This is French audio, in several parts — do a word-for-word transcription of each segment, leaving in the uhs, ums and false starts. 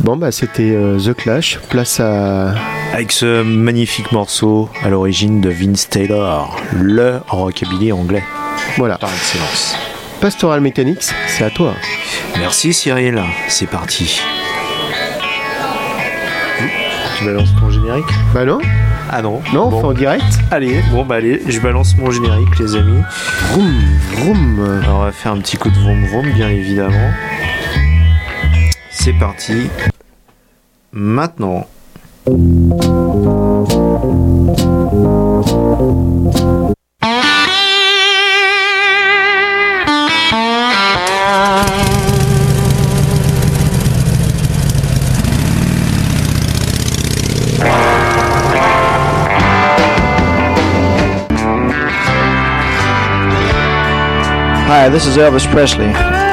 Bon bah c'était euh, The Clash, place à... Avec ce magnifique morceau à l'origine de Vince Taylor, le rockabilly anglais. Voilà. Par excellence. Pastoral Mechanics, c'est à toi. Merci Cyril, c'est parti. Tu balances ton générique ? Bah non. Ah non. Non, bon. on fait en direct. Allez, bon bah allez, je balance mon générique les amis. Vroom, vroom. Alors, on va faire un petit coup de vroom vroom bien évidemment. C'est parti. Maintenant. Hi, this is Elvis Presley.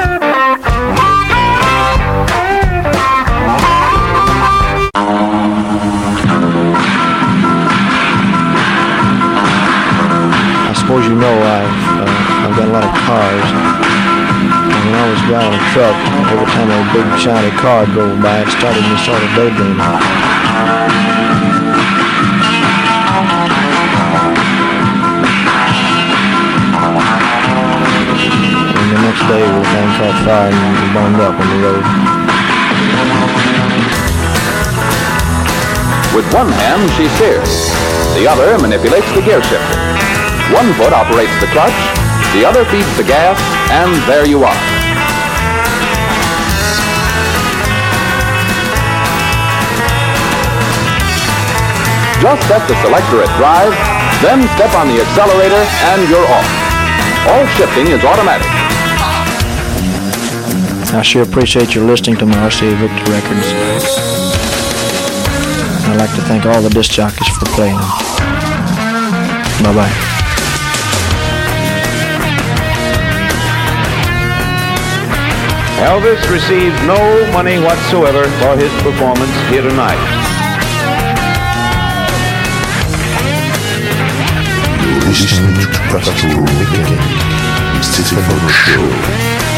I suppose you know I've, uh, I've got a lot of cars. And when I was driving a truck, every time a big shiny car drove by, it started me sort of daydreaming. The next day the thing caught fire and we burned up on the road. With one hand she steers, the other manipulates the gear shifter. One foot operates the clutch, the other feeds the gas, and there you are. Just set the selector at drive, then step on the accelerator and you're off. All shifting is automatic. I sure appreciate your listening to my R C A Victor records. I'd like to thank all the disc jockeys for playing them. Bye-bye. Elvis received no money whatsoever for his performance here tonight. You're listening to Pastoral Mechanics, Stephen Show.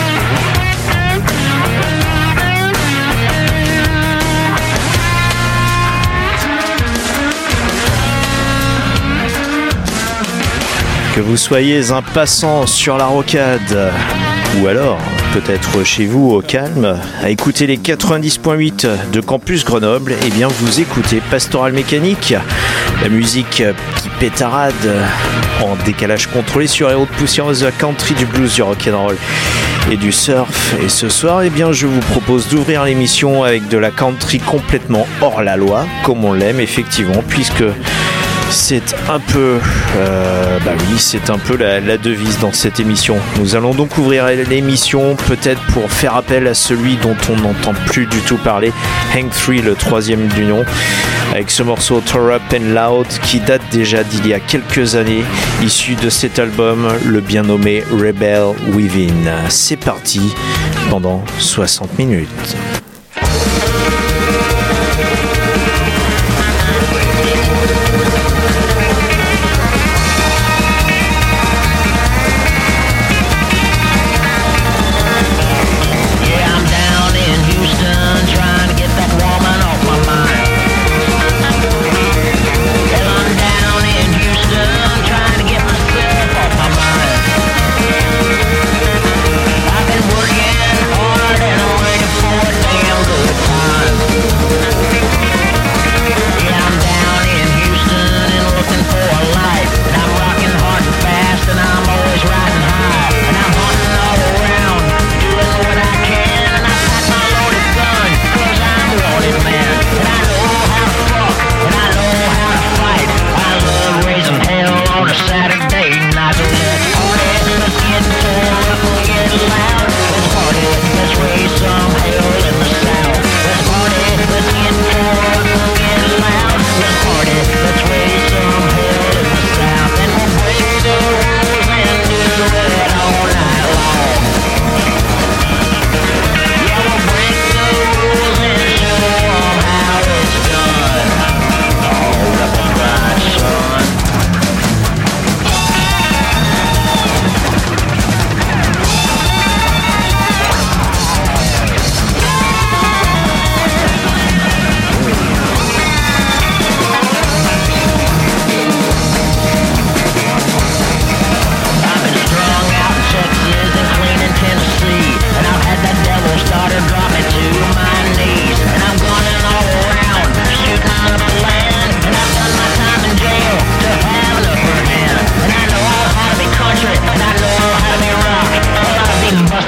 Que vous soyez un passant sur la rocade, ou alors peut-être chez vous au calme, à écouter les quatre-vingt-dix point huit de Campus Grenoble, eh bien vous écoutez Pastoral Mécanique, la musique qui pétarade en décalage contrôlé sur les routes poussiéreuses de la country, du blues, du rock'n'roll et du surf. Et ce soir, eh bien je vous propose d'ouvrir l'émission avec de la country complètement hors la loi, comme on l'aime effectivement, puisque c'est un peu, euh, bah oui, c'est un peu la, la devise dans cette émission. Nous allons donc ouvrir l'émission peut-être pour faire appel à celui dont on n'entend plus du tout parler, Hank Three, le troisième du nom, avec ce morceau Tore Up and Loud qui date déjà d'il y a quelques années, issu de cet album, le bien nommé Rebel Within. C'est parti pendant soixante minutes. I've been working hard and I'm waiting for a damn good time.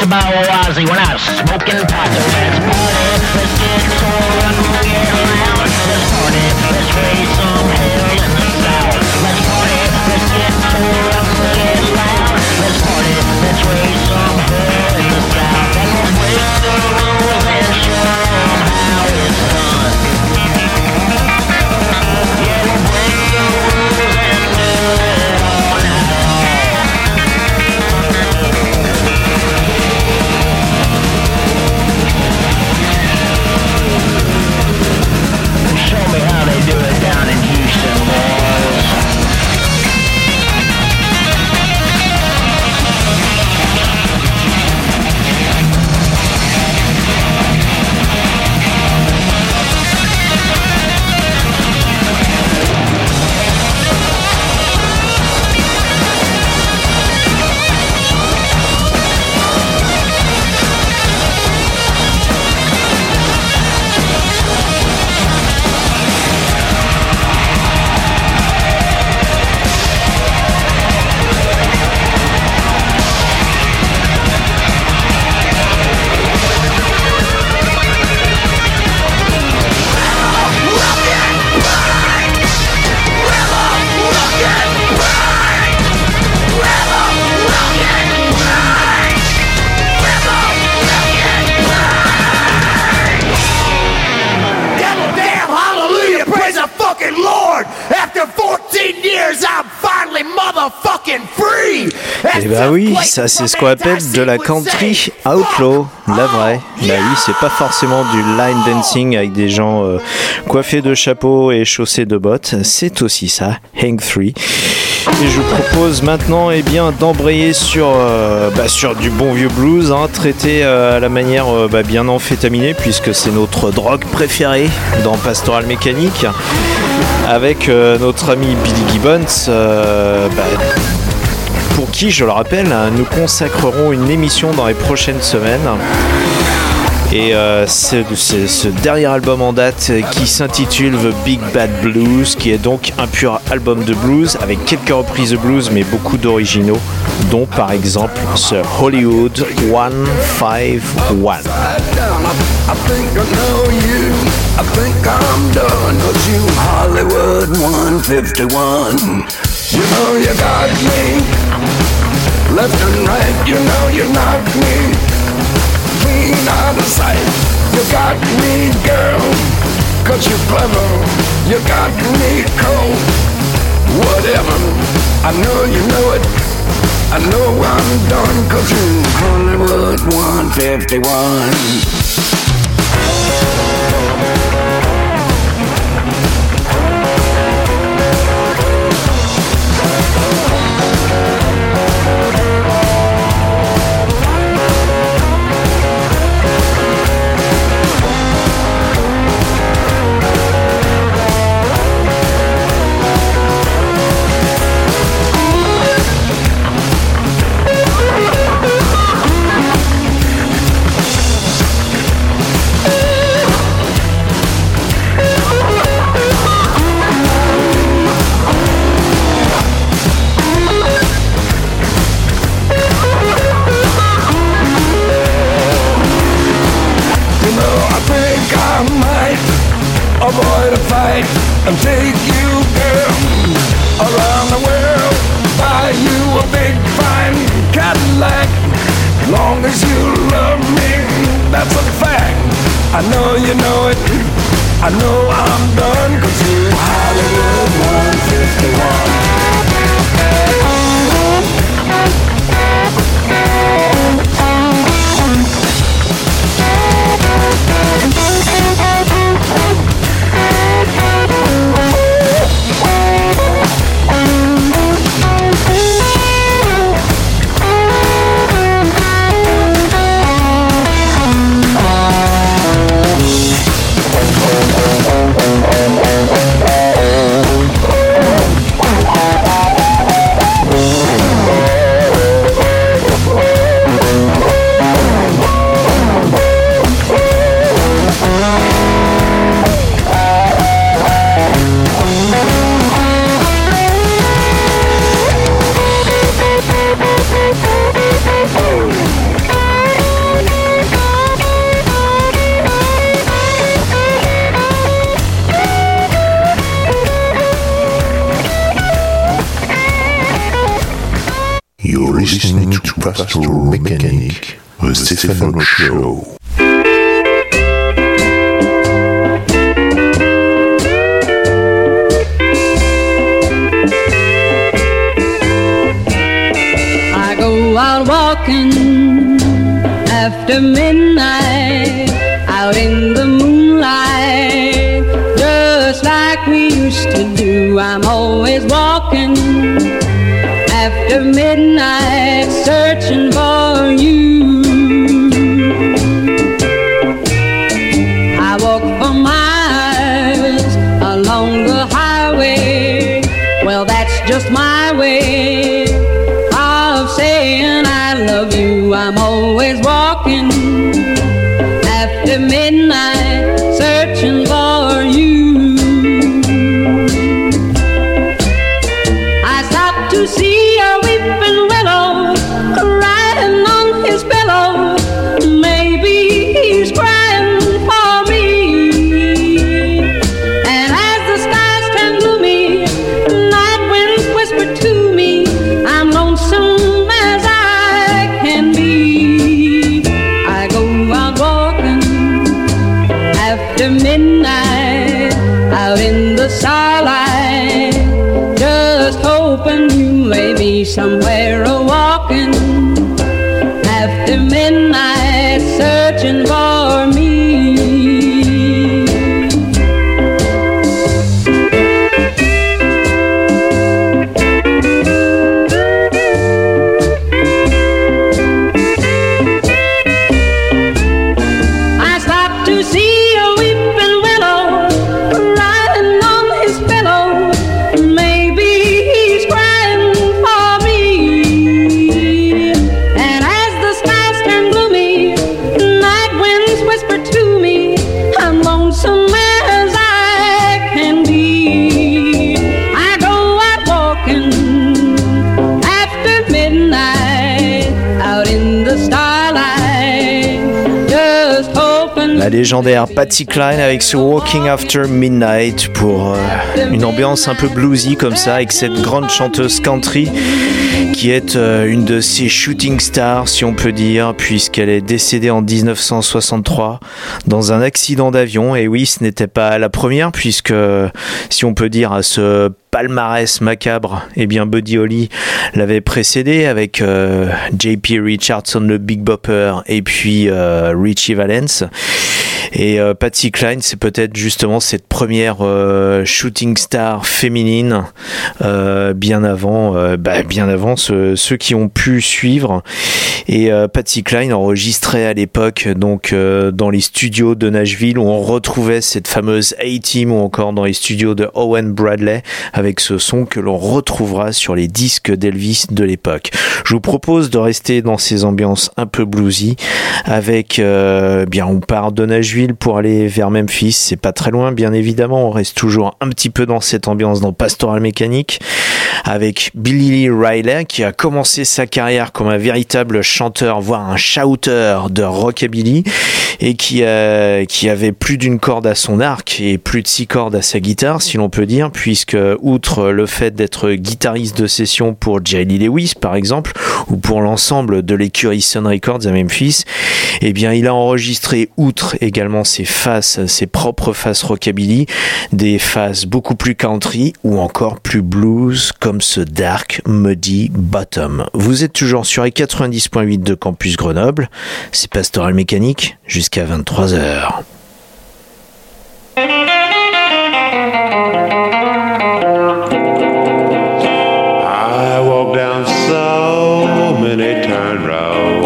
about Ozzy when I was smoking pot. So let's party, let's get so rock and get loud. Let's party, let's raise some hell in the south. Let's party, let's get so rock and get loud. Let's party, let's raise some hell in the south. And we'll break the rules and show them how it's done. Yeah, we'll break the rules and do it all night long. Show me how they do it down in Houston, boys. Eh bah oui, ça c'est ce qu'on appelle de la country outlaw, la vraie. Bah oui, c'est pas forcément du line dancing avec des gens euh, coiffés de chapeaux et chaussés de bottes, c'est aussi ça, Hank trois. Et je vous propose maintenant eh bien, d'embrayer sur, euh, bah, sur du bon vieux blues, hein, traité euh, à la manière euh, bah, bien amphétaminée, puisque c'est notre drogue préférée dans Pastoral Mécanique, avec euh, notre ami Billy Gibbons, euh, bah, pour qui, je le rappelle, nous consacrerons une émission dans les prochaines semaines. Et euh, c'est, c'est ce dernier album en date qui s'intitule The Big Bad Blues, qui est donc un pur album de blues avec quelques reprises de blues mais beaucoup d'originaux, dont par exemple ce Hollywood cent cinquante-et-un. I think I know you, I think I'm done, 'cause you Hollywood one fifty-one. You know you got me, left and right, you know you knocked me clean out of sight. You got me, girl, 'cause you're clever. You got me cold, whatever. I know you know it, I know I'm done, 'cause you Hollywood one fifty-one. Avoid a fight and take you, girl, around the world. Buy you a big fine Cadillac. Long as you love me, that's a fact. I know you know it, I know I'm done, 'cause you Hollywood one fifty-one. Pastoral Mechanic, the Stefano Show. I go out walking after midnight, out in the moonlight, just like we used to do. I'm always walking after midnight, searching for you. I walk for miles along the highway. Well, that's just my way of saying I love you. I'm always walking after midnight, searching for you. I stopped to see a weeping willow crying on his pillow. Maybe he's crying for me. And as the skies turn gloomy, night winds whisper to me, I'm lonesome as I can be. I go out walking after midnight, out in the starlight, just hoping you may be somewhere a walking after midnight, searching for me. I stopped to see a weeping willow crying on his pillow. Maybe he's crying for me. And as the skies turn gloomy, night winds whisper to me, I'm lonesome as I can be. I go out walking after midnight, out in the starlight, just hoping. La légendaire Patsy Cline avec ce Walking After Midnight pour euh, une ambiance un peu bluesy comme ça, avec cette grande chanteuse country qui est euh, une de ses shooting stars, si on peut dire, puisqu'elle est décédée en dix-neuf cent soixante-trois dans un accident d'avion. Et oui, ce n'était pas la première, puisque, si on peut dire, à ce palmarès macabre, eh bien Buddy Holly l'avait précédé avec euh, J P Richardson, le Big Bopper, et puis euh, Richie Valens. Et euh, Patsy Cline, c'est peut-être justement cette première euh, shooting star féminine, euh, bien avant, euh, bah, bien avant ceux, ceux qui ont pu suivre. Et euh, Patsy Cline enregistrait à l'époque donc euh, dans les studios de Nashville, où on retrouvait cette fameuse A-Team, ou encore dans les studios de Owen Bradley, avec ce son que l'on retrouvera sur les disques d'Elvis de l'époque. Je vous propose de rester dans ces ambiances un peu bluesy, avec euh, bien on part de Nashville pour aller vers Memphis, c'est pas très loin bien évidemment, on reste toujours un petit peu dans cette ambiance dans Pastoral Mechanic, avec Billy Lee Riley, qui a commencé sa carrière comme un véritable chanteur, voire un shouter de rockabilly, et qui, a, qui avait plus d'une corde à son arc et plus de six cordes à sa guitare, si l'on peut dire, puisque outre le fait d'être guitariste de session pour Jerry Lee Lewis par exemple, ou pour l'ensemble de l'écurie Sun Records à Memphis, eh bien il a enregistré, outre également ses faces, ses propres faces rockabilly, des faces beaucoup plus country ou encore plus blues, comme ce Dark Muddy Bottom. Vous êtes toujours sur les quatre-vingt-dix point huit de Campus Grenoble, c'est Pastoral Mécanique jusqu'à vingt-trois heures. I walk down so many turnarounds,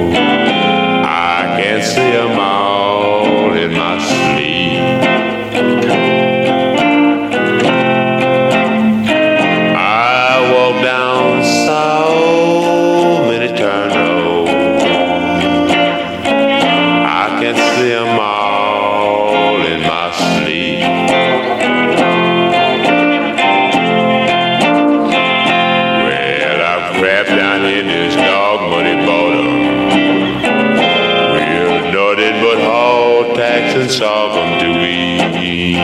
I can't see them all in my sleep. I walk down so many turnarounds, I can't see them all in my sleep. Well, I've crept down in this dog money bottom, real nothing but haul, tax and sorghum to eat.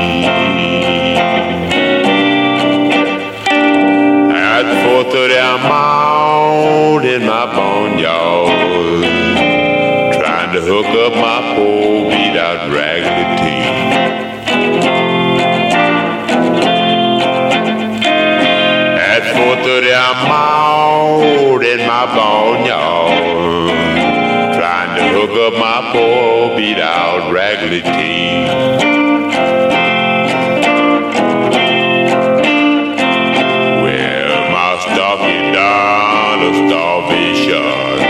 At four thirty I'm out in my boneyard, to hook up my poor beat out raggedy teeth. At four thirty I'm out in my barnyard, trying to hook up my poor beat out raggedy teeth. Well, my stocky dollar starvation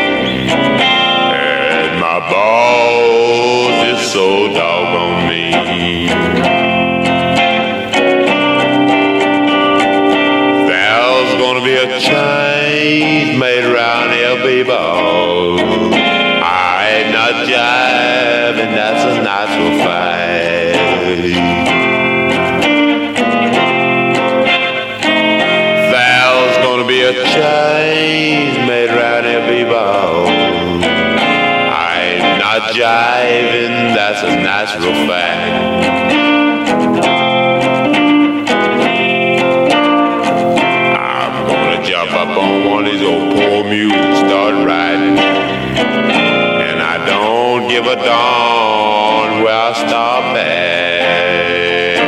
and my boss is so doggone mean. There's gonna be a change made around here, baby. I ain't not jiving, that's a natural fact. There's gonna be a change made around here, baby. I ain't not jiving, that's a natural fact. Jump up on one of these old poor mules and start riding, and I don't give a darn where I stop at.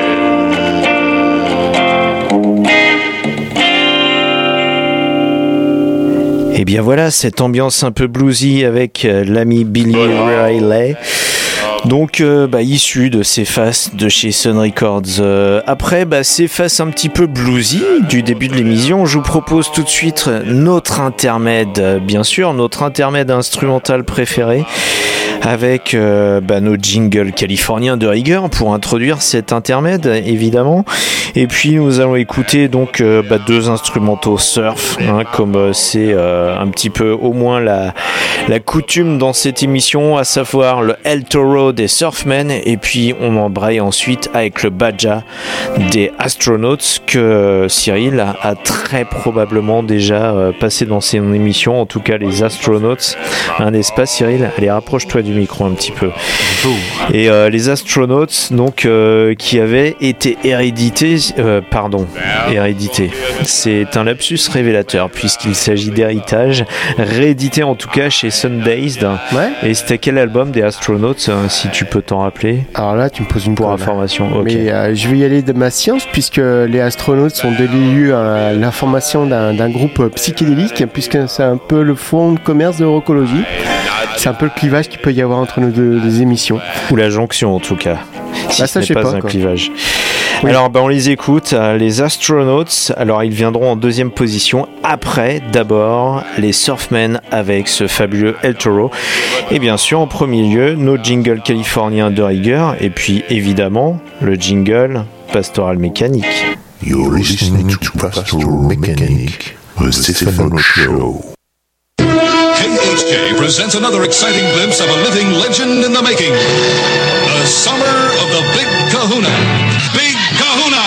Et bien voilà, cette ambiance un peu bluesy avec euh, l'ami Billy Riley. Donc, euh, bah, issu de ces faces de chez Sun Records. Euh, après, bah, ces faces un petit peu bluesy du début de l'émission, je vous propose tout de suite notre intermède, euh, bien sûr, notre intermède instrumental préféré, avec euh, bah, nos jingles californiens de rigueur pour introduire cet intermède, évidemment. Et puis, nous allons écouter donc euh, bah, deux instrumentaux surf, hein, comme euh, c'est euh, un petit peu au moins la, la coutume dans cette émission, à savoir le El Toro des Surfmen, et puis on embraye ensuite avec le Baja des Astronauts que Cyril a, a très probablement déjà euh, passé dans ses émissions, en tout cas les Astronauts, hein, n'est-ce pas Cyril? Allez, rapproche-toi du micro un petit peu. Et euh, les Astronauts, donc euh, qui avaient été hérédités, euh, pardon, hérédités. C'est un lapsus révélateur puisqu'il s'agit d'héritage, réédité en tout cas chez Sundazed. Ouais. Et c'était quel album des Astronauts, hein, si tu peux t'en rappeler? Alors là, tu me poses une pour colle, information. Okay. Mais euh, je vais y aller de ma science puisque les Astronautes sont déliés à l'information d'un, d'un groupe psychédélique, puisque c'est un peu le fonds de commerce de Rockology. C'est un peu le clivage qu'il peut y avoir entre nos deux, deux émissions. Ou la jonction en tout cas. Si bah, ce ça, n'est je sais pas, pas un quoi. clivage. Oui. Alors ben, on les écoute, les Astronauts. Alors ils viendront en deuxième position. Après, d'abord, les Surfmen avec ce fabuleux El Toro. Et bien sûr, en premier lieu, nos jingles californiens de rigueur. Et puis évidemment, le jingle Pastoral Mécanique. You're listening to Pastoral Mechanic, the Stefano Show. K H J presents another exciting glimpse of a living legend in the making. The summer of the Big Kahuna. Big Kahuna!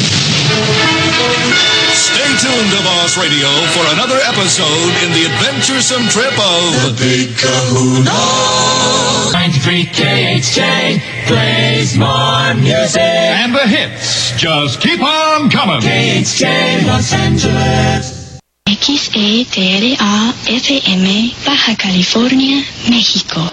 Stay tuned to Boss Radio for another episode in the adventuresome trip of the Big Kahuna. ninety-three K H J plays more music. And the hits just keep on coming. K H J Los Angeles. X E T L A F M, Baja California, México.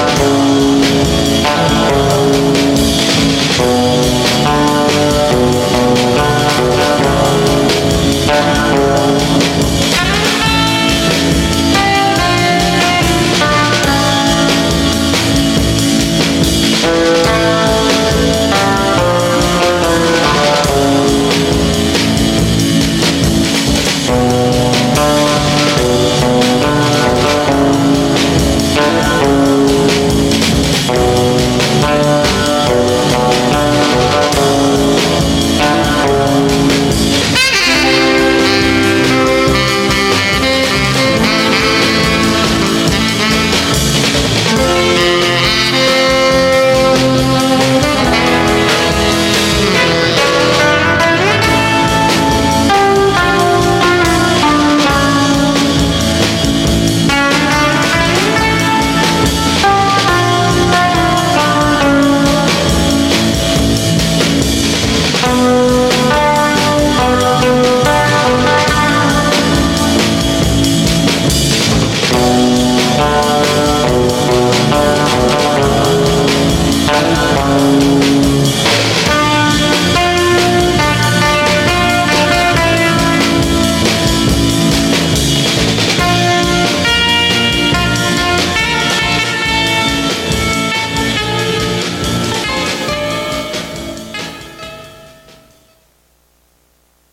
Oh,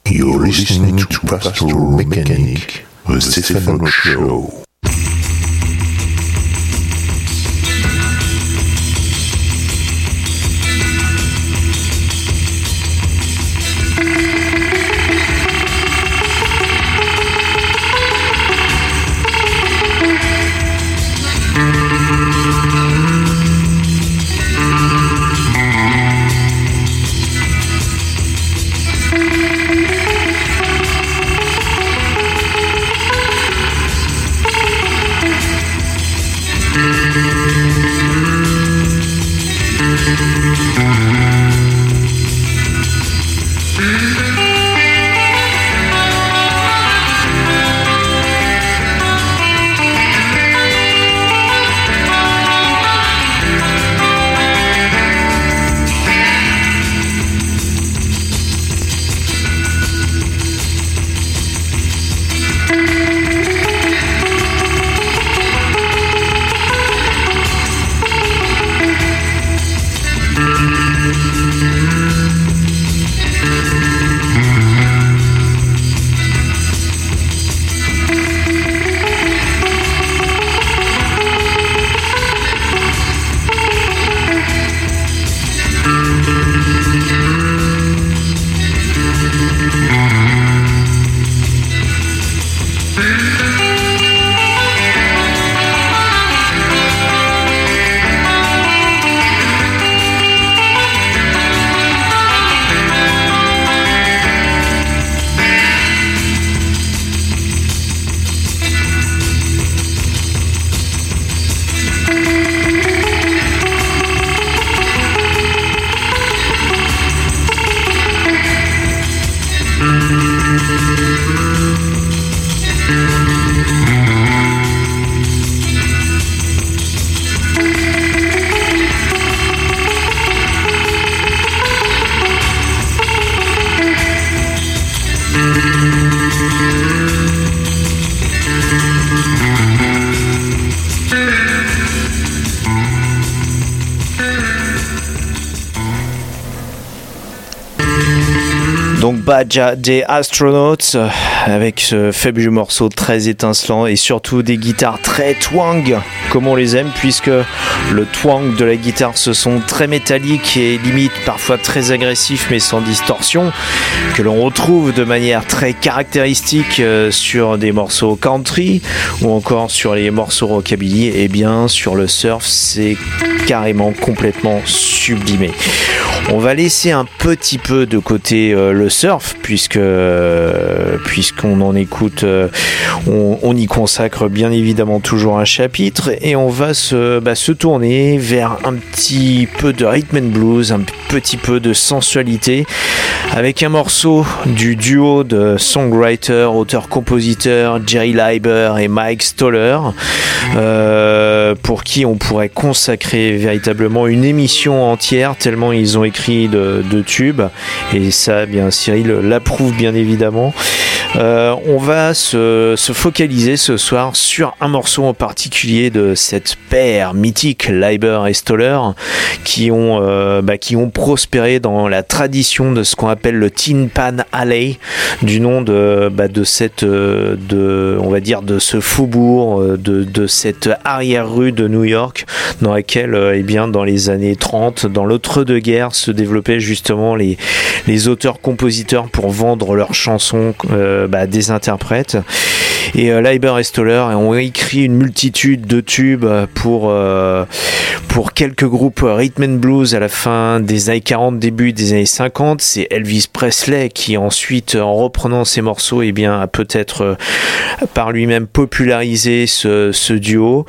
You're listening to Pastoral Mechanic, the Stefano Show. Donc Baja des Astronauts avec ce fabuleux morceau très étincelant et surtout des guitares très twang comme on les aime, puisque le twang de la guitare, ce son très métallique et limite parfois très agressif mais sans distorsion, que l'on retrouve de manière très caractéristique sur des morceaux country ou encore sur les morceaux rockabilly. Et bien sur le surf, c'est carrément complètement sublimé. On va laisser un petit peu de côté euh, le surf, puisque euh, puisqu'on en écoute, euh, on, on y consacre bien évidemment toujours un chapitre, et on va se, bah, se tourner vers un petit peu de rhythm and blues, un petit peu de sensualité, avec un morceau du duo de songwriter, auteur-compositeur Jerry Leiber et Mike Stoller, euh, pour qui on pourrait consacrer véritablement une émission entière, tellement ils ont écrit de, de tubes, et ça, bien Cyril l'approuve bien évidemment. Euh, on va se, se focaliser ce soir sur un morceau en particulier de cette paire mythique, Leiber et Stoller, qui ont, euh, bah, qui ont prospéré dans la tradition de ce qu'on appelle le Tin Pan Alley, du nom de, bah, de cette, de, on va dire, de ce faubourg, de, de cette arrière-rue de New York, dans laquelle, eh bien, dans les années trente, dans l'entre-deux-guerres, se développaient justement les, les auteurs-compositeurs pour vendre leurs chansons euh, bah, des interprètes. Et euh, Leiber et Stoller ont écrit une multitude de tubes pour, euh, pour quelques groupes rhythm and blues à la fin des années quarante, début des années cinquante. C'est Elvis Presley qui ensuite, en reprenant ces morceaux, eh bien, a peut-être euh, par lui-même popularisé ce, ce duo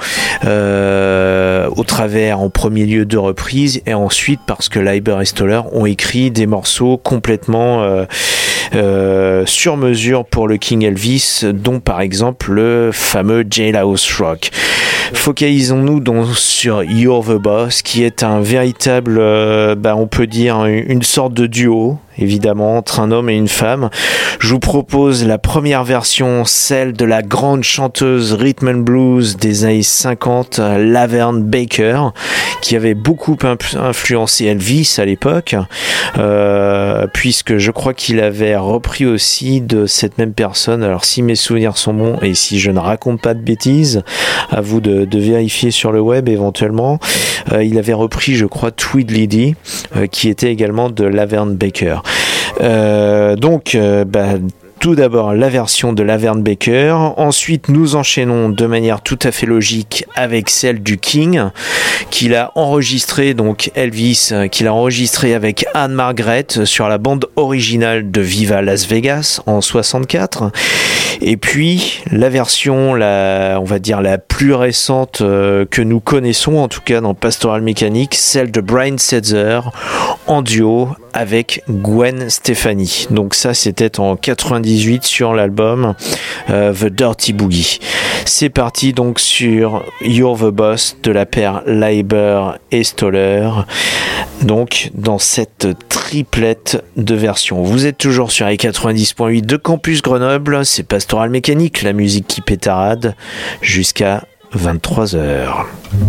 euh, au travers en premier lieu de reprises, et ensuite parce que Leiber et Stoller ont écrit des morceaux complètement euh, euh, sur mesure pour le King Elvis, dont par exemple le fameux Jailhouse Rock. Focalisons-nous donc sur You're the Boss, qui est un véritable, euh, bah, on peut dire une sorte de duo, évidemment, entre un homme et une femme. Je vous propose la première version, celle de la grande chanteuse rhythm and blues des années cinquante, Laverne Baker, qui avait beaucoup influencé Elvis à l'époque, euh, puisque je crois qu'il avait repris aussi de cette même personne. Alors si mes souvenirs sont bons et si je ne raconte pas de bêtises, à vous de, de vérifier sur le web éventuellement, euh, il avait repris, je crois, Tweedledee, euh, qui était également de Laverne Baker. Euh, donc, euh, bah, tout d'abord la version de Laverne Baker, ensuite nous enchaînons de manière tout à fait logique avec celle du King, qu'il a enregistré, donc Elvis, qu'il a enregistré avec Anne Margaret sur la bande originale de Viva Las Vegas en soixante-quatre, et puis la version, la, on va dire la plus récente euh, que nous connaissons, en tout cas dans Pastoral Mécanique, celle de Brian Setzer en duo avec Gwen Stefani. Donc ça c'était en quatre-vingt-dix-huit sur l'album euh, The Dirty Boogie. C'est parti donc sur You're the Boss de la paire Leiber et Stoller, donc dans cette triplette de versions. Vous êtes toujours sur les quatre-vingt-dix point huit de Campus Grenoble, c'est Pastoral Mécanique, la musique qui pétarade jusqu'à vingt-trois heures.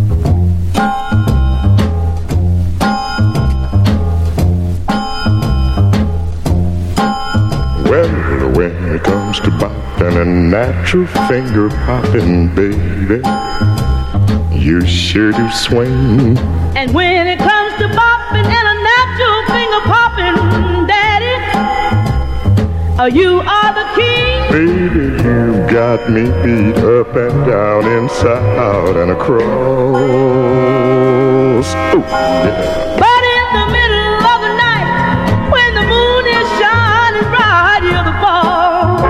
Well, when it comes to popping a natural finger popping, baby, you sure do swing. And when it comes to bopping and a natural finger popping, Daddy, uh, you are the king. Baby, you got me beat up and down, inside out and across. Ooh, yeah. But in the middle of the night, when the moon is shining bright, you're the boss.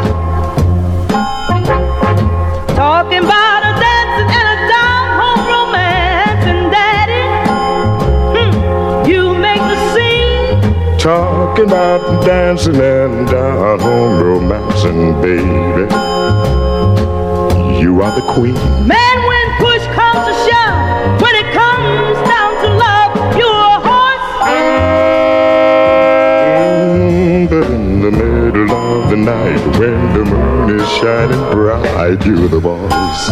Talking about a dancing and a down-home romance, and Daddy, hmm, you make the scene. Talking about dancing and down home romancing, baby, you are the queen. Man, when push comes to shove, when it comes down to love, you're a horse. Mm, but in the middle of the night, when the moon is shining bright, you're the boss.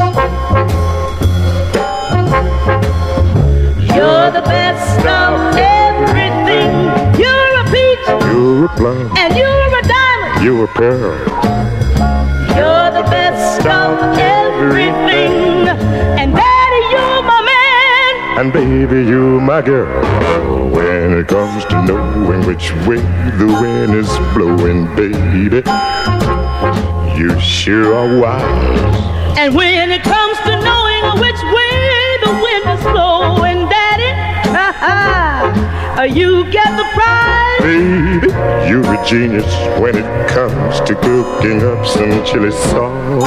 You're the best of everything. You're a peach, You're a plum, and you're a diamond. you're a pearl. You're the best of everything, and Daddy, you're my man. And baby, you're my girl. When it comes to knowing which way the wind is blowing, baby, you sure are wise. And when it comes to knowing which way the wind is blowing, Daddy, ha ha, you get the prize. Baby, you're a genius when it comes to cooking up some chili sauce.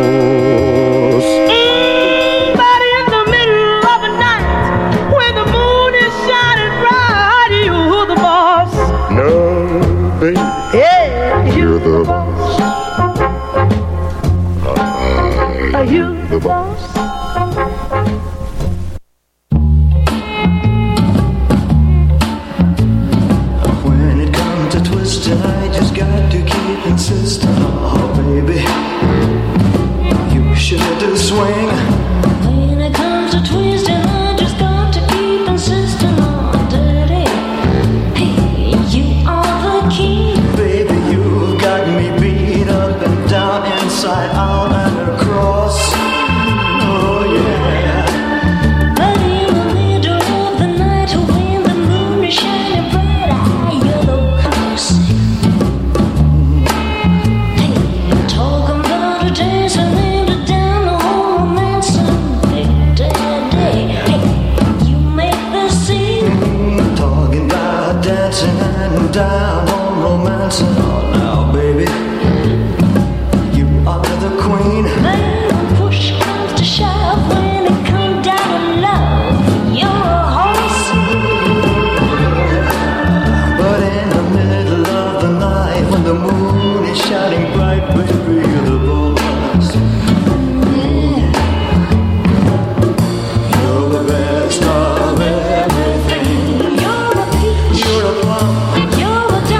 Mm, but in the middle of the night, when the moon is shining bright, you're the boss. No, baby, Yeah, you're the boss. Are you the boss? When it comes to twisting, I just got to keep insisting. Oh, baby, you should do swing. When it comes to twisting, I just got to keep insisting on Daddy. Hey, you are the king. Baby, you got me beat up and down, inside out and across. Oh, yeah. But in the middle of the night, when the moon is shining bright, you're the boss. Hey, talking about a dancing and a down the home romancing, Big Daddy. Hey, you make the scene. Talking about dancing and down on romancing. Oh, now, baby, you are the queen. When push comes to shove, when it comes down to love, you're a horse. But in the middle of the night, when the moon is shining bright, baby, you're the boss. You're the best of everything. You're a peach, You're a plum, you're a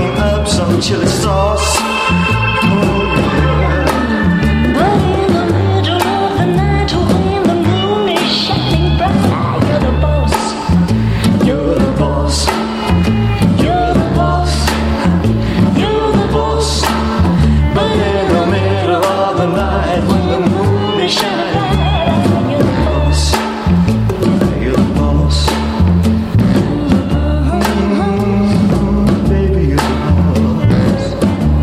cooking up some chili sauce. Oh, yeah. But in the middle of the night when the moon is shining bright, you're the boss. You're the boss. You're the boss. You're the boss. But in the middle of the night when the moon is shining, you're the boss. You're the boss. Mm-hmm. Baby, you're the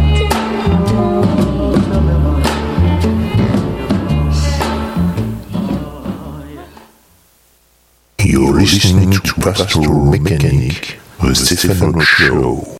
boss. You're listening to Pastoral Mechanic, the Stefano Show.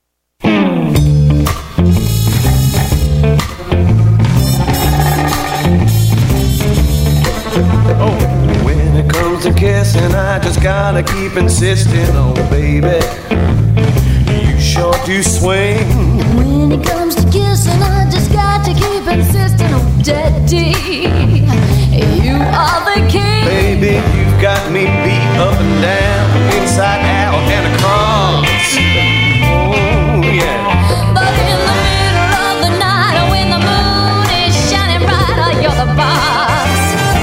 When it comes to kissing, I just gotta keep insisting, oh baby, you sure do swing. When it comes to kissing, I just got to keep insisting, oh daddy, you are the king. Baby, you've got me beat up and down, inside out and across. Oh yeah. But in the middle of the night, when the moon is shining bright, you're the boss.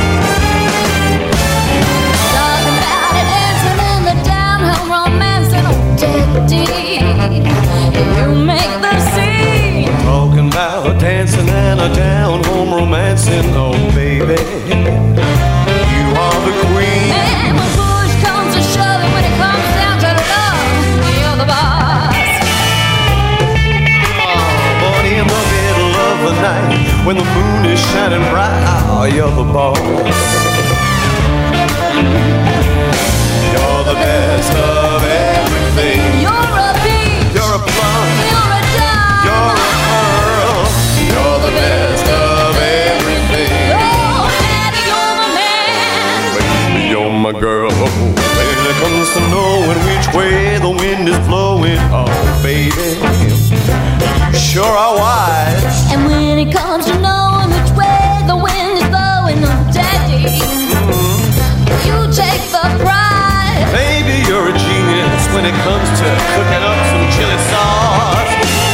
Talking about it, dancing in the down-home romancing, oh daddy, you make the scene. Talking about dancing and a down-home romancing, oh baby, you are the queen. And when push comes to shove, when it comes down to love, you're the boss. Oh, but in the middle of the night, when the moon is shining bright, oh, you're the boss. You're the best of everything. You're a beat. You're a plum. You're a dime. You're a pearl. You're the best of everything. Oh, daddy, you're the man. Baby, you're my girl. When it comes to knowing which way the wind is blowing, oh baby, you sure are wise. And when it comes to knowing which way the wind is blowing, oh daddy, you take the prize. Baby, you're a genius when it comes to cooking up some chili sauce.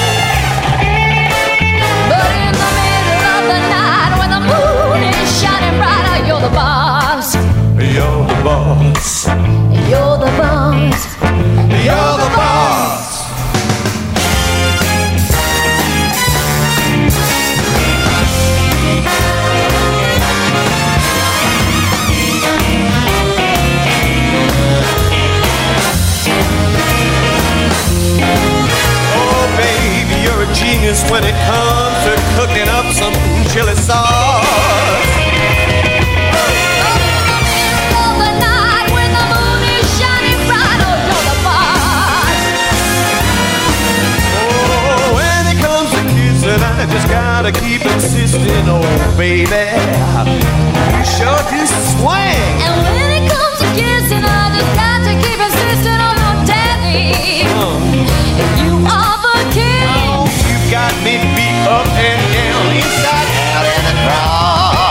But in the middle of the night, when the moon is shining bright, you're the boss. You're the boss. You're the boss. You're the boss. Oh, baby, you're a genius when it comes to cooking up some chili sauce. I just gotta keep insisting, oh baby, you sure do swing. And when it comes to kissing, I just got to keep insisting on your daddy. Uh. You are the king. Oh, you got me beat up and down, inside out and across.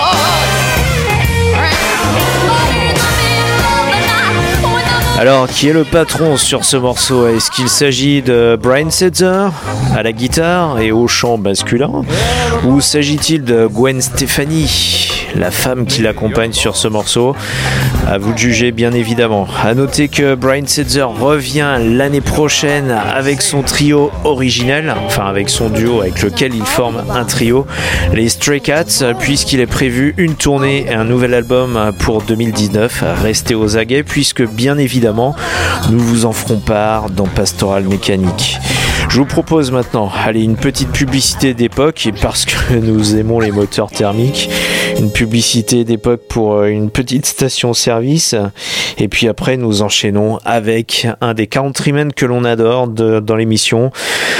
Alors, qui est le patron sur ce morceau? Est-ce qu'il s'agit de Brian Setzer à la guitare et au chant masculin, ou s'agit-il de Gwen Stefani, la femme qui l'accompagne sur ce morceau? À vous de juger, bien évidemment. À noter que Brian Setzer revient l'année prochaine avec son trio originel, enfin avec son duo avec lequel il forme un trio, les Stray Cats, puisqu'il est prévu une tournée et un nouvel album pour deux mille dix-neuf. Restez aux aguets, puisque bien évidemment nous vous en ferons part dans Pastoral Mécanique. Je vous propose maintenant, allez, une petite publicité d'époque, et parce que nous aimons les moteurs thermiques, une publicité d'époque pour une petite station-service, et puis après nous enchaînons avec un des countrymen que l'on adore de, dans l'émission,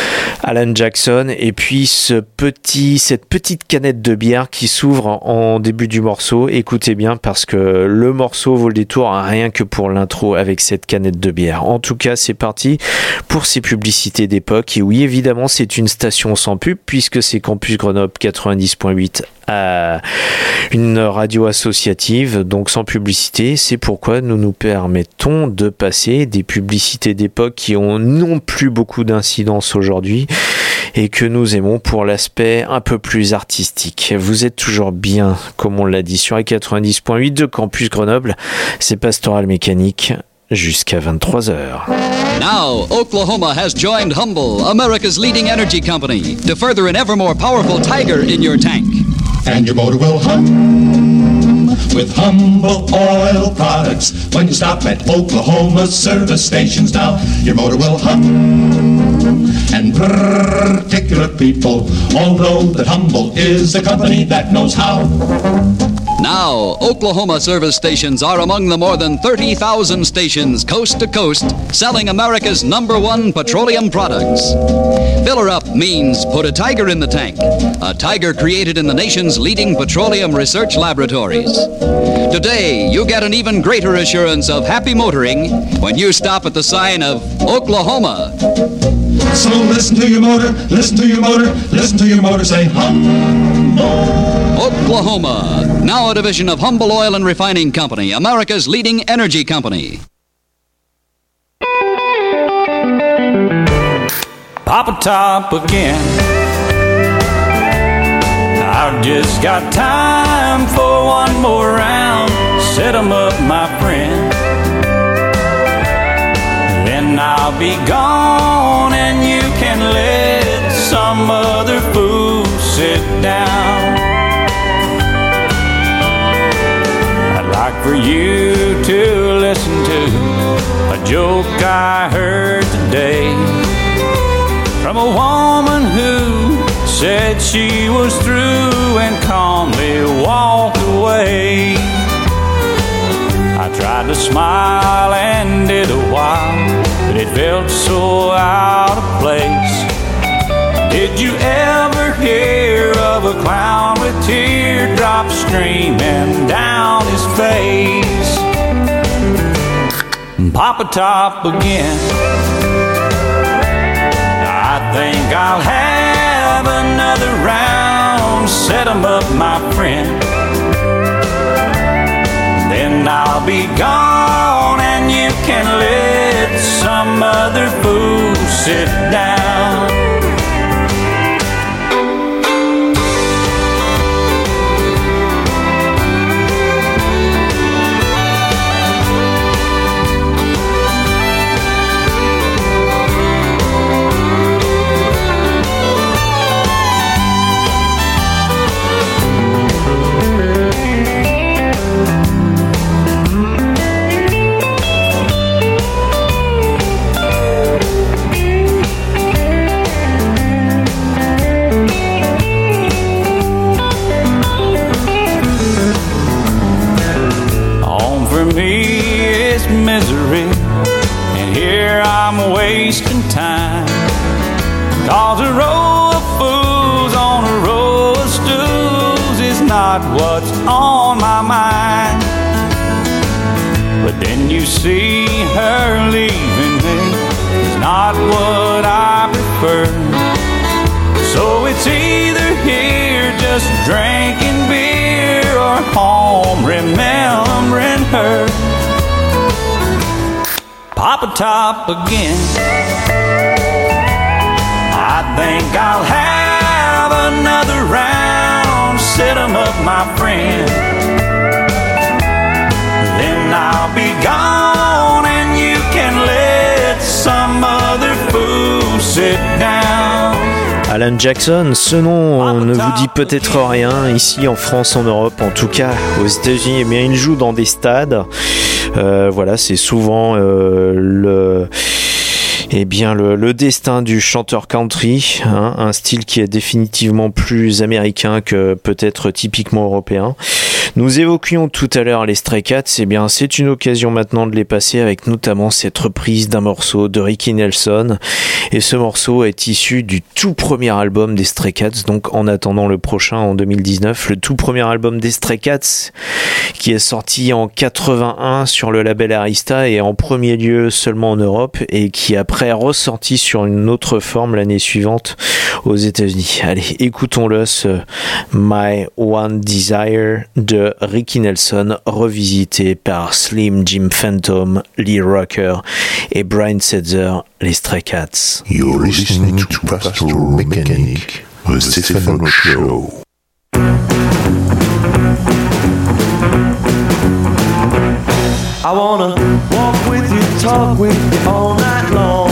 Alan Jackson, et puis ce petit, cette petite canette de bière qui s'ouvre en début du morceau. Écoutez bien parce que le morceau vaut le détour rien que pour l'intro avec cette canette de bière. En tout cas, c'est parti pour ces publicités d'époque. Et oui, évidemment, c'est une station sans pub puisque c'est Campus Grenoble quatre-vingt-dix point huit à une radio associative, donc sans publicité. C'est pourquoi nous nous permettons de passer des publicités d'époque qui ont non plus beaucoup d'incidence aujourd'hui et que nous aimons pour l'aspect un peu plus artistique. Vous êtes toujours bien, comme on l'a dit, sur les quatre-vingt-dix point huit de Campus Grenoble. C'est Pastoral Mécanique jusqu'à vingt-trois heures. Now, Oklahoma has joined Humble, America's leading energy company, to further an ever more powerful Tiger in your tank. And your motor will hum with Humble oil products. When you stop at Oklahoma service stations now, your motor will hum. And particular people all know that Humble is the company that knows how. Now, Oklahoma service stations are among the more than thirty thousand stations coast to coast selling America's number one petroleum products. Filler up means put a Tiger in the tank, a Tiger created in the nation's leading petroleum research laboratories. Today, you get an even greater assurance of happy motoring when you stop at the sign of Oklahoma. So listen to your motor, listen to your motor, listen to your motor say hum. Oklahoma, now a division of Humble Oil and Refining Company, America's leading energy company. Papa Top again. I've just got time for one more round. Set 'em up, my friend. Then I'll be gone and you can let some other fool sit down. I'd like for you to listen to a joke I heard today from a woman who said she was through and calmly walked away. I tried to smile and did a while, but it felt so out of place. Did you ever hear of a clown with teardrops streaming down his face? Papa Top again. I think I'll have another round. Set 'em up, my friend. Then I'll be gone and you can let some other fool sit down. Misery, and here I'm wasting time. Cause a row of fools on a row of stools is not what's on my mind. But then you see her leaving me, it's not what I prefer. So it's either here just drinking beer or home remembering her. Papa Top again. I think I'll have another round. Set 'em up, my friend. Then I'll be gone and you can let some other fool sit down. Alan Jackson, ce nom ne vous dit peut-être rien ici en France, en Europe, en tout cas aux États-Unis. Eh bien, il joue dans des stades. Euh, voilà, c'est souvent euh, le, eh bien le, le destin du chanteur country, hein, un style qui est définitivement plus américain que peut-être typiquement européen. Nous évoquions tout à l'heure les Stray Cats, et bien c'est une occasion maintenant de les passer avec notamment cette reprise d'un morceau de Ricky Nelson, et ce morceau est issu du tout premier album des Stray Cats, donc en attendant le prochain en deux mille dix-neuf, le tout premier album des Stray Cats qui est sorti en quatre-vingt-un sur le label Arista et en premier lieu seulement en Europe, et qui après est ressorti sur une autre forme l'année suivante aux États-Unis. Allez, écoutons-le, ce My One Desire de Ricky Nelson, revisité par Slim Jim Phantom, Lee Rocker et Brian Setzer, les Stray Cats. You're listening to Pastoral Mechanic, the Stefano Show. I wanna walk with you, talk with you all night long.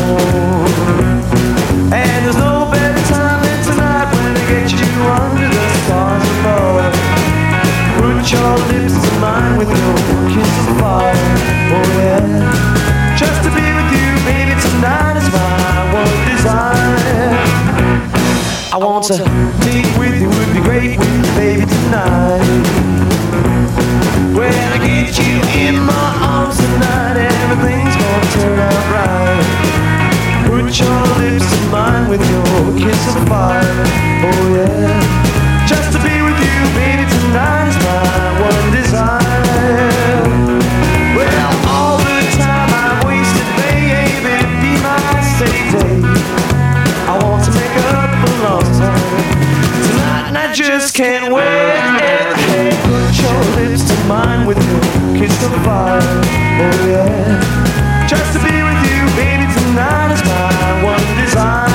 And there's no better time than tonight when I get you under the stars above. Put your lips to mine with your kiss of fire. Oh yeah, just to be with you, baby, tonight is my one desire. I want to meet with you, would be great with you, baby, tonight. When I get you in my arms tonight, everything's gonna turn out right. Put your lips to mine with your kiss of fire. Oh yeah, just to be with you, baby, tonight is my one desire. Well, all the time I've wasted, baby, be my steady day. I want to make up for lost time tonight, and I just can't wait. Put your lips to mine with your kiss of fire. Oh yeah, just to be with you, baby, tonight is my one desire.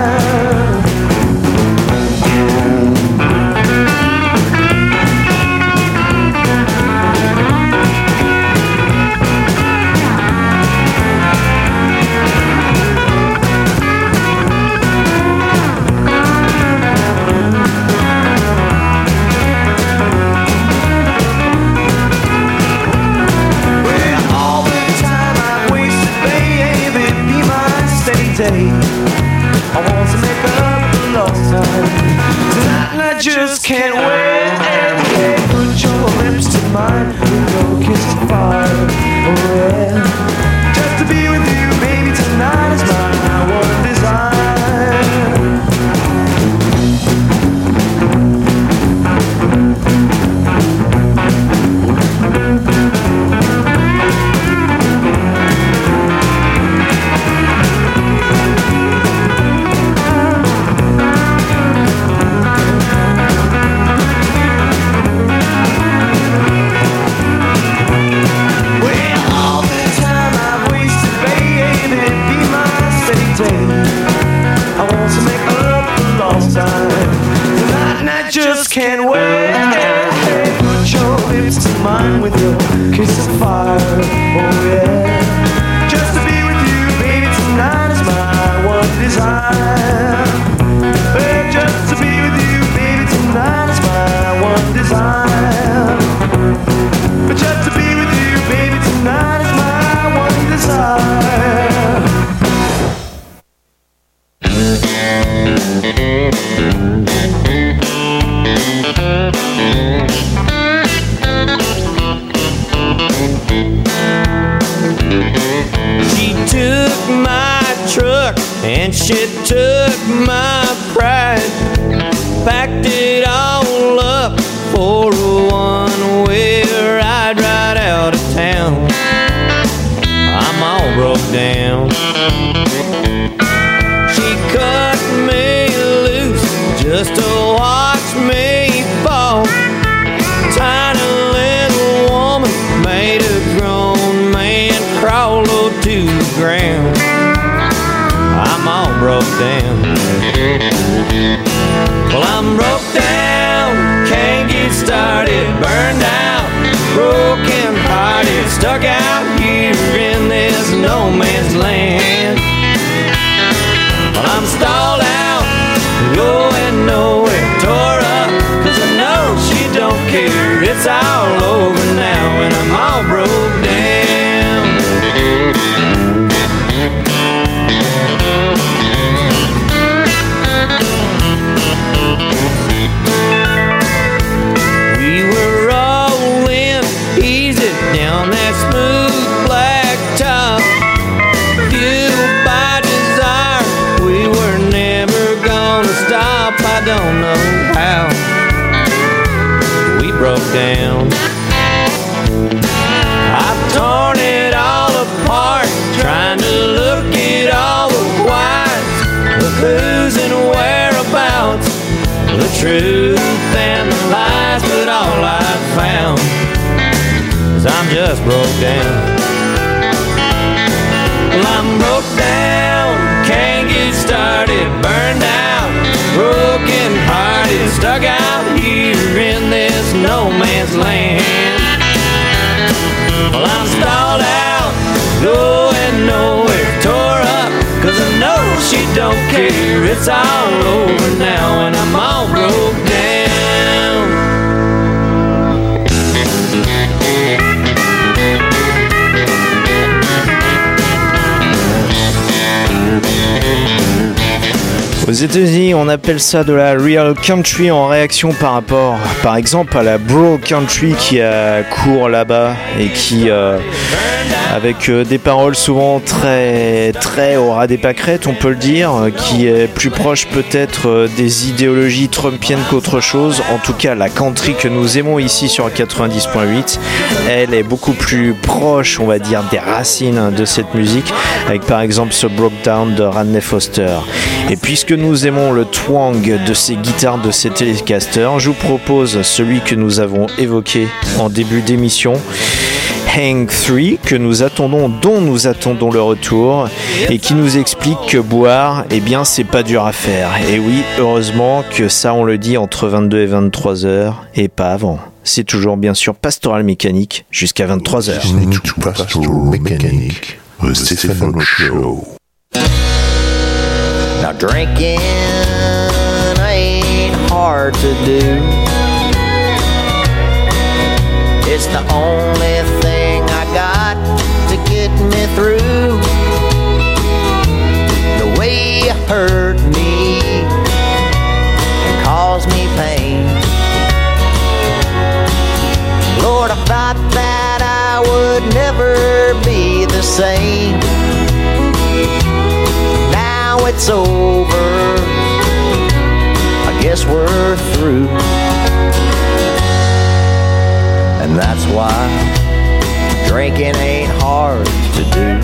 I want to make up for lost time tonight, and I just can't wait. Put your lips to mine with your kiss of fire. Oh yeah, just to be with you, baby, tonight is my one desire. Can't wait. Put your lips to mine with your kiss of fire. Oh yeah, just to be with you, baby, tonight is my one desire. Hey, just to be with you, baby, tonight is my one desire. But just to be with you, baby, tonight is my one desire. She took my truck and she took my pride, packed it all up for a one-way ride right out of town. I'm all broke down. She cut me loose just to watch me fall. Tiny little woman made a grown man crawl low to the ground. I'm all broke down. Well, I'm broke down, can't get started, burned out, broken hearted, stuck out here in this no man's land. Well, I'm stalled out, going nowhere, tore up, cause I know she don't care. It's all over now and I'm all broke down. We were all don't know how we broke down. I've torn it all apart, trying to look at all the whys, the who's and whereabouts, the truth and the lies, but all I've found is I'm just broke down. Well, I'm broke down, can't get started, burned out, broken hearted, stuck out here in this no man's land. Well, I'm stalled out, going nowhere, tore up, cause I know she don't care. It's all over now and I'm all broke down. Aux États-Unis, on appelle ça de la real country en réaction par rapport, par exemple, à la bro country qui a cours là-bas et qui, euh, avec euh, des paroles souvent très, très au ras des pâquerettes, on peut le dire, qui est plus proche peut-être euh, des idéologies trumpiennes qu'autre chose. En tout cas, la country que nous aimons ici sur quatre-vingt-dix point huit, elle est beaucoup plus proche, on va dire, des racines de cette musique, avec par exemple ce Broke Down de Rodney Foster. Et puisque nous aimons le twang de ces guitares de ces Telecaster, je vous propose celui que nous avons évoqué en début d'émission, Hang trois, que nous attendons, dont nous attendons le retour, et qui nous explique que boire, eh bien, c'est pas dur à faire. Et oui, heureusement que ça, on le dit entre vingt-deux et vingt-trois heures, et pas avant. C'est toujours, bien sûr, Pastoral Mécanique jusqu'à vingt-trois heures. Pastoral Mécanique, the Stephen Show. Now drinking ain't hard to do. It's the only thing I got to get me through. The way you hurt me and cause me pain. Lord, I thought that I would never be the same. Now it's over, I guess we're through. And that's why drinking ain't hard to do.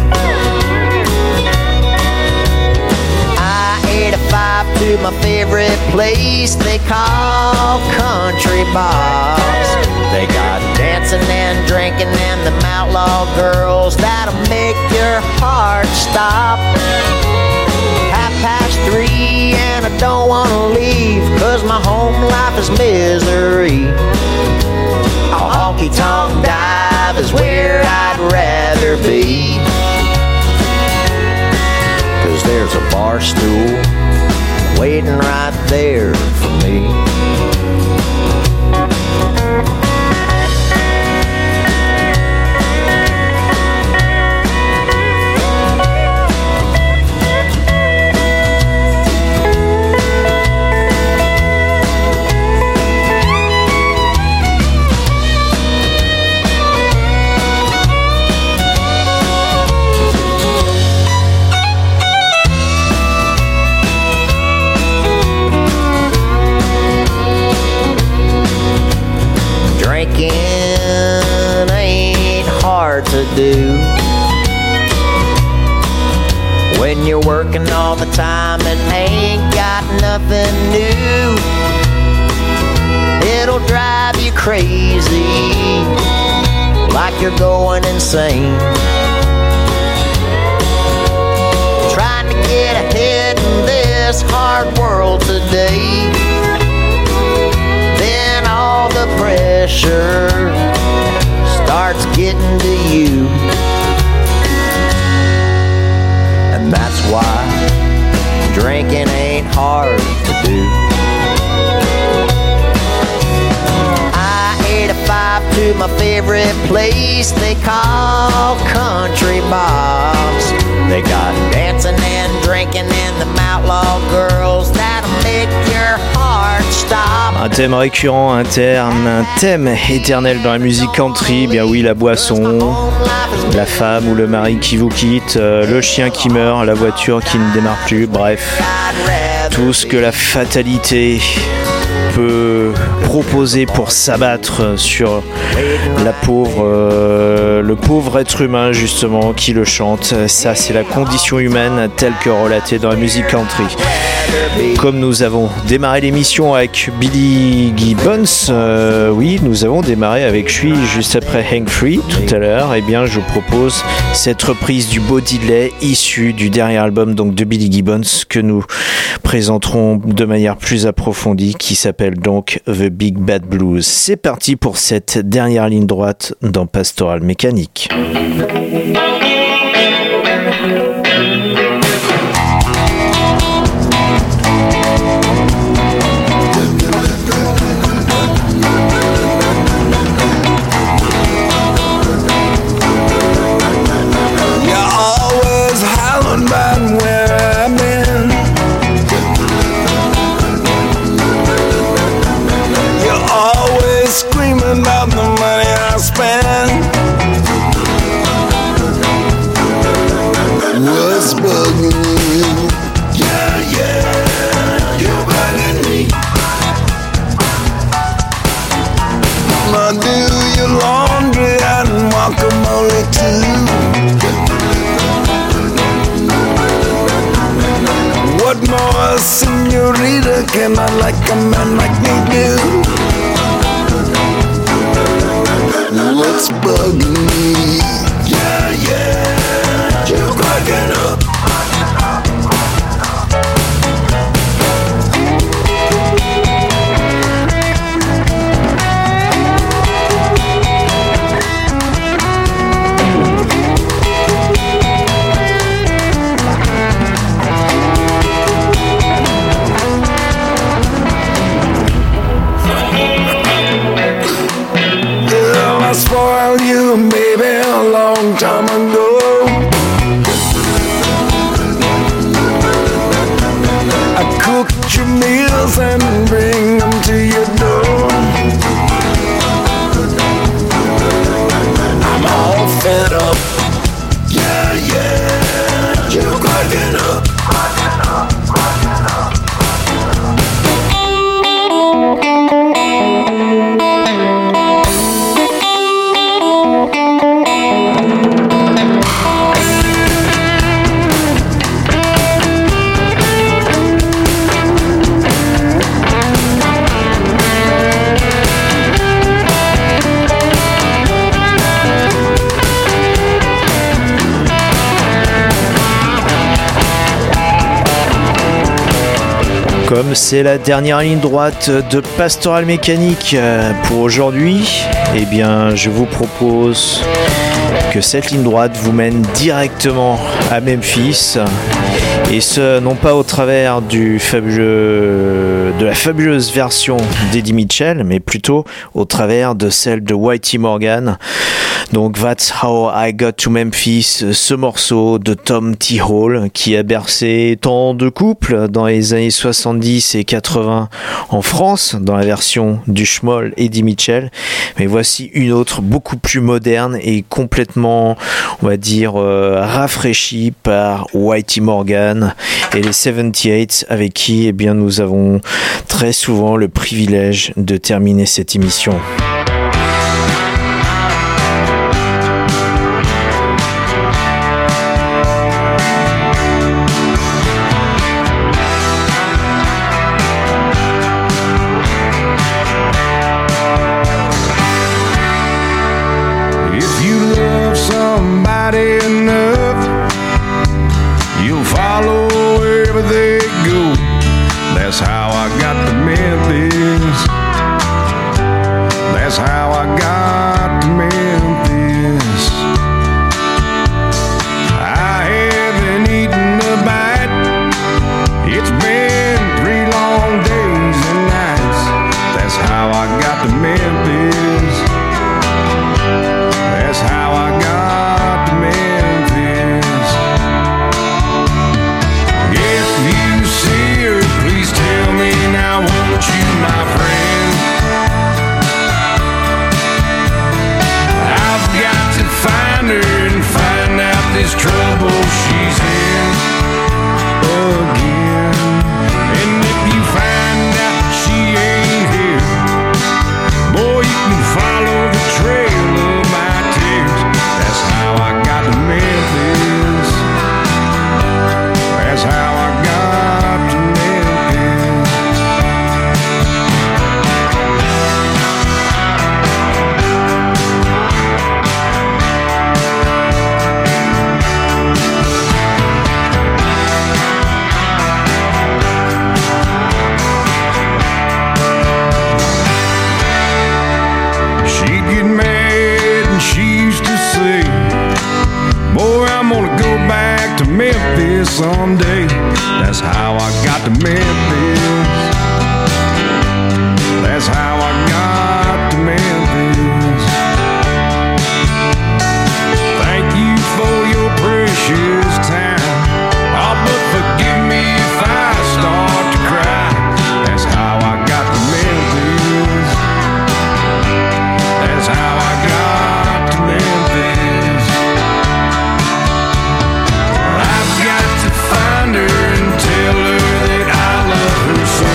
I ate a five to my favorite place they call Country Box. They got dancing and drinking and them outlaw girls that'll make your heart stop. Half past three and I don't wanna leave, cause my home life is misery. A honky-tonk dive is where I'd rather be, cause there's a bar stool waiting right there for me. To do when you're working all the time and ain't got nothing new. It'll drive you crazy, like you're going insane, trying to get ahead in this hard world today. Then all the pressure starts getting to you, and that's why drinking ain't hard to do. I ate a five to my favorite place they call Country Box. They got dancing and drinking and them outlaw girls that'll make your heart stop. Un thème récurrent, un thème, un thème éternel dans la musique country, bien oui, la boisson, la femme ou le mari qui vous quitte, euh, le chien qui meurt, la voiture qui ne démarre plus, bref, tout ce que la fatalité peut proposer pour s'abattre sur la pauvre, euh, le pauvre être humain justement qui le chante. Ça, c'est la condition humaine telle que relatée dans la musique country. Comme nous avons démarré l'émission avec Billy Gibbons, euh, oui, nous avons démarré avec lui juste après Hank Free tout à l'heure. Eh bien, je propose cette reprise du Bo Diddley issue du dernier album donc de Billy Gibbons que nous présenterons de manière plus approfondie, qui s'appelle donc The Big Bad Blues. C'est parti pour cette dernière ligne droite dans Pastoral Mécanique. About the money I spend. What's bugging you? Yeah, yeah, you're bugging me. Now do your laundry and guacamole too. What more, senorita, can I like a man like me do? What's bugging me? Yeah, yeah, you're cracking up. I spoiled you, baby, a long time ago. I cooked your meals and bring them to your door. I'm all fed up. Yeah, yeah, you're cracking up. Comme c'est la dernière ligne droite de Pastoral Mécanique pour aujourd'hui, eh bien je vous propose que cette ligne droite vous mène directement à Memphis, et ce non pas au travers du fabuleux, de la fabuleuse version d'Eddie Mitchell, mais plutôt au travers de celle de Whitey Morgan. Donc That's How I Got to Memphis, ce morceau de Tom T. Hall qui a bercé tant de couples dans les années soixante-dix et quatre-vingts en France, dans la version du schmoll Eddie Mitchell. Mais voici une autre beaucoup plus moderne et complètement, on va dire, euh, rafraîchie par Whitey Morgan et les soixante-dix-huit, avec qui eh bien, nous avons très souvent le privilège de terminer cette émission. That's how I got to Memphis. That's how I got to Memphis. I haven't eaten a bite. It's been three long days and nights. That's how I got to Memphis. That's how I got to Memphis. If you see her, please tell me now, won't you, my friend? someday. That's how I got to Memphis. That's how I got to Memphis. Thank you for your precious time. Oh, but forgive me if I start to cry. That's how I got to Memphis. That's how I got to Memphis. I've got to find her and tell her that I love her so.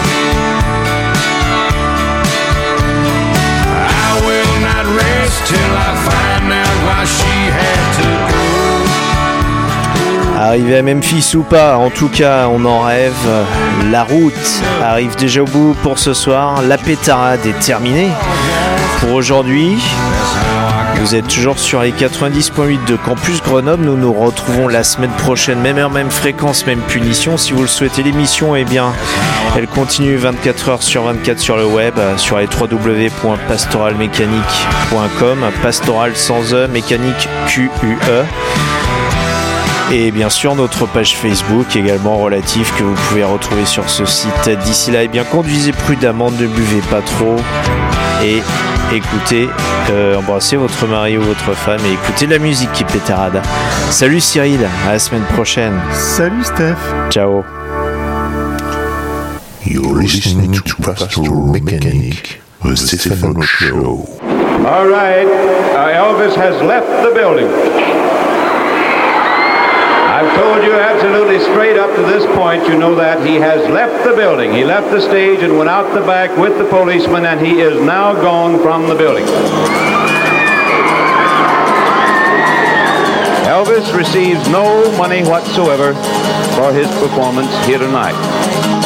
I will not rest till I find out why she had to go. Arrivé à Memphis ou pas, en tout cas on en rêve. La route arrive déjà au bout pour ce soir. La pétarade est terminée pour aujourd'hui. Vous êtes toujours sur les quatre-vingt-dix point huit de Campus Grenoble. Nous nous retrouvons la semaine prochaine, même heure, même fréquence, même punition. Si vous le souhaitez, l'émission, eh bien, elle continue vingt-quatre heures sur vingt-quatre sur le web, sur les w w w point pastoral mécanique point com. Pastoral sans E, mécanique Q U E. Et bien sûr notre page Facebook également relative que vous pouvez retrouver sur ce site. D'ici là, eh bien, conduisez prudemment, ne buvez pas trop et écoutez, euh, embrassez votre mari ou votre femme et écoutez la musique qui pétarade. Salut Cyril, à la semaine prochaine. Salut Steph. Ciao. You're listening to Pastoral Mechanic, the Stephen Show. All right, uh, Elvis has left the building. I've told you absolutely straight up to this point, you know that he has left the building. He left the stage and went out the back with the policeman, and he is now gone from the building. Elvis receives no money whatsoever for his performance here tonight.